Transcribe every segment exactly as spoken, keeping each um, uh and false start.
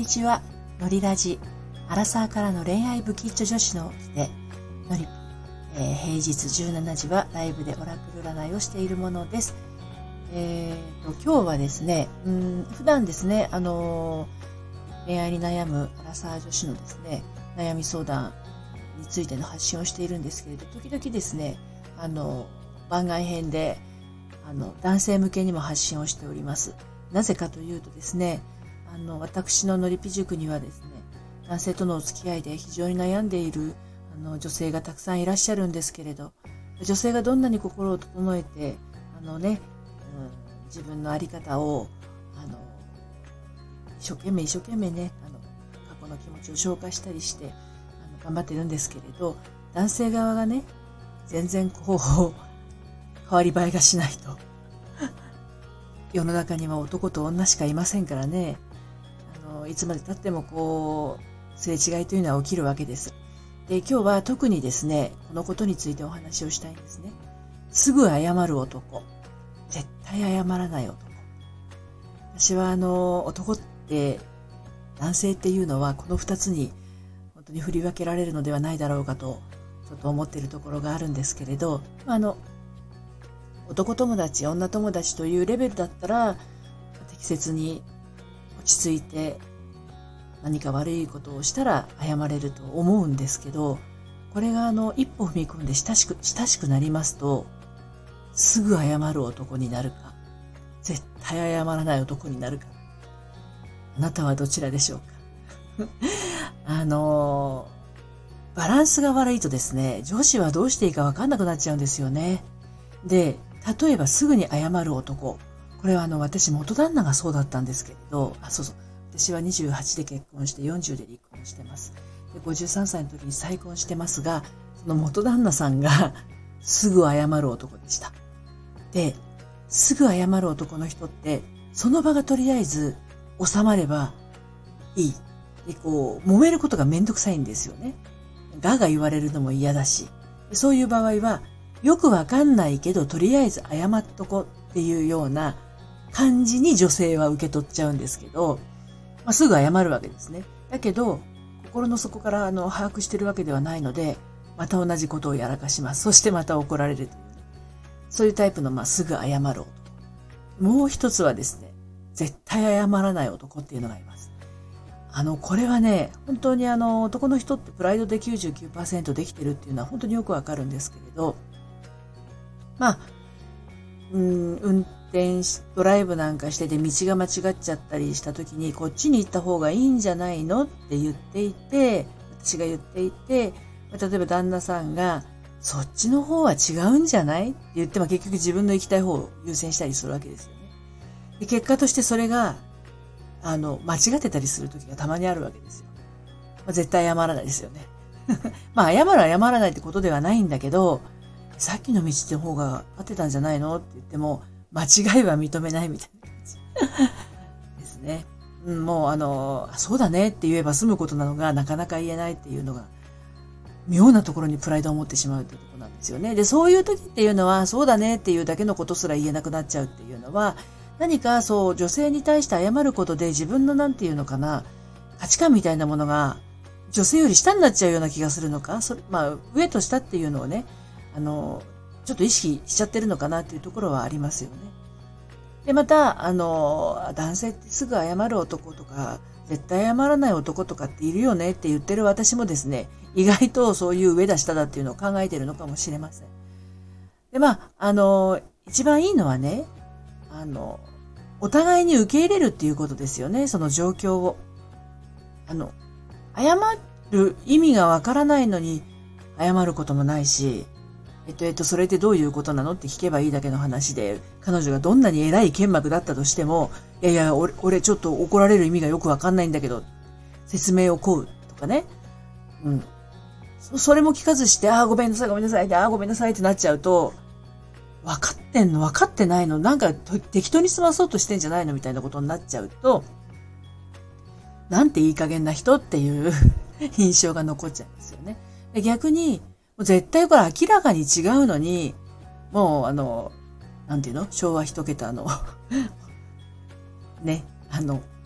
ちは。のりラジ、アラサーからの恋愛不吉祥女子の起きてのり、えー、平日じゅうしちじはライブでオラクル占いをしているものです。えーと今日はですね、うん、普段ですね、あのー、恋愛に悩むアラサー女子のですね、悩み相談についての発信をしているんですけれど、時々ですね、あの番外編であの男性向けにも発信をしております。なぜかというとですね、あの私ののりぴ塾にはですね、男性とのお付き合いで非常に悩んでいるあの女性がたくさんいらっしゃるんですけれど、女性がどんなに心を整えてあのね、うん、自分の在り方をあの一生懸命一生懸命ね、あの過去の気持ちを消化したりしてあの頑張ってるんですけれど、男性側がね、全然こう変わり映えがしないと世の中には男と女しかいませんからね、あのいつまで経ってもこうすれ違いというのは起きるわけです。で、今日は特にですね、このことについてお話をしたいんですね。すぐ謝る男、絶対謝らない男。私はあの男って男性っていうのはこの二つに本当に振り分けられるのではないだろうかとちょっと思っているところがあるんですけれど、あの男友達、女友達というレベルだったら適切に落ち着いて何か悪いことをしたら謝れると思うんですけど、これがあの一歩踏み込んで親しく親しくなりますと、すぐ謝る男になるか、絶対謝らない男になるか、あなたはどちらでしょうかあのバランスが悪いとですね、女子はどうしていいか分かんなくなっちゃうんですよね。で、例えばすぐに謝る男、これはあの私元旦那がそうだったんですけれど、あ、そうそう、私はにじゅうはちで結婚してよんじゅうで離婚してます。で、ごじゅうさんさいの時に再婚してますが、その元旦那さんがすぐ謝る男でした。で、すぐ謝る男の人ってその場がとりあえず収まればいい。で、こう揉めることがめんどくさいんですよね。ガーガー言われるのも嫌だし、そういう場合はよくわかんないけどとりあえず謝っとこっていうような感じに女性は受け取っちゃうんですけど、まあ、すぐ謝るわけですね。だけど心の底からあの把握してるわけではないので、また同じことをやらかします。そしてまた怒られるという、そういうタイプのまあすぐ謝る男。もう一つはですね、絶対謝らない男っていうのがいます。あのこれはね、本当にあの男の人ってプライドで きゅうじゅうきゅうパーセント できてるっていうのは本当によくわかるんですけれど、まあ、うん、運転し、ドライブなんかしてて道が間違っちゃったりした時に、こっちに行った方がいいんじゃないのって言っていて、私が言っていて、例えば旦那さんが、そっちの方は違うんじゃないって言っても結局自分の行きたい方を優先したりするわけですよね。で、結果としてそれが、あの、間違ってたりする時がたまにあるわけですよ。まあ、絶対謝らないですよね。まあ、謝る謝らないってことではないんだけど、さっきの道って方が合ってたんじゃないのって言っても、間違いは認めないみたいな感じですね。うん、もうあの、そうだねって言えば済むことなのがなかなか言えないっていうのが、妙なところにプライドを持ってしまうっていうところなんですよね。で、そういう時っていうのは、そうだねっていうだけのことすら言えなくなっちゃうっていうのは、何かそう、女性に対して謝ることで自分のなんていうのかな、価値観みたいなものが、女性より下になっちゃうような気がするのか、それ、まあ、上と下っていうのをね、あの、ちょっと意識しちゃってるのかなっていうところはありますよね。で、また、あの、男性ってすぐ謝る男とか、絶対謝らない男とかっているよねって言ってる私もですね、意外とそういう上だ下だっていうのを考えているのかもしれません。で、まあ、あの、一番いいのはね、あの、お互いに受け入れるっていうことですよね、その状況を。あの、謝る意味がわからないのに謝ることもないし、えっと、えっと、それってどういうことなのって聞けばいいだけの話で、彼女がどんなに偉い剣幕だったとしても、いやいや、俺、俺ちょっと怒られる意味がよくわかんないんだけど、説明を請うとかね。うん。そ, それも聞かずして、ああ、ごめんなさい、ごめんなさい、ああ、ごめんなさいってなっちゃうと、分かってんの分かってないのなんか適当に済まそうとしてんじゃないのみたいなことになっちゃうと、なんていい加減な人っていう印象が残っちゃうんですよね。で、逆に、絶対これ明らかに違うのに、もうあの、なんていうの昭和一桁のね、あの、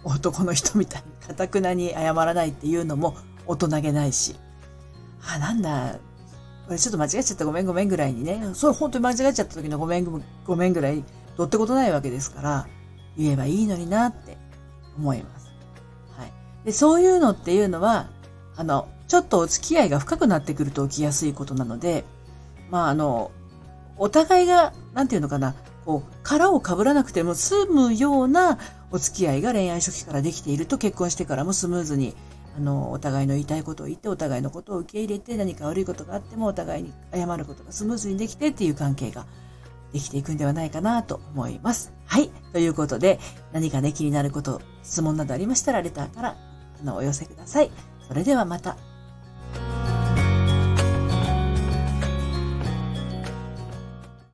男の人みたいに堅くなに謝らないっていうのも大人げないし、あ、なんだ、これちょっと間違えちゃったごめんごめんぐらいにね、それ本当に間違えちゃった時のごめんごめんぐらいどうってことないわけですから、言えばいいのになって思います。はい。で、そういうのっていうのは、あの、ちょっとお付き合いが深くなってくると起きやすいことなので、まあ、あの、お互いが、なんていうのかな、こう、殻を被らなくても済むようなお付き合いが恋愛初期からできていると結婚してからもスムーズに、あの、お互いの言いたいことを言って、お互いのことを受け入れて、何か悪いことがあってもお互いに謝ることがスムーズにできてっていう関係ができていくんではないかなと思います。はい。ということで、何かね、気になること、質問などありましたら、レターからあのお寄せください。それではまた。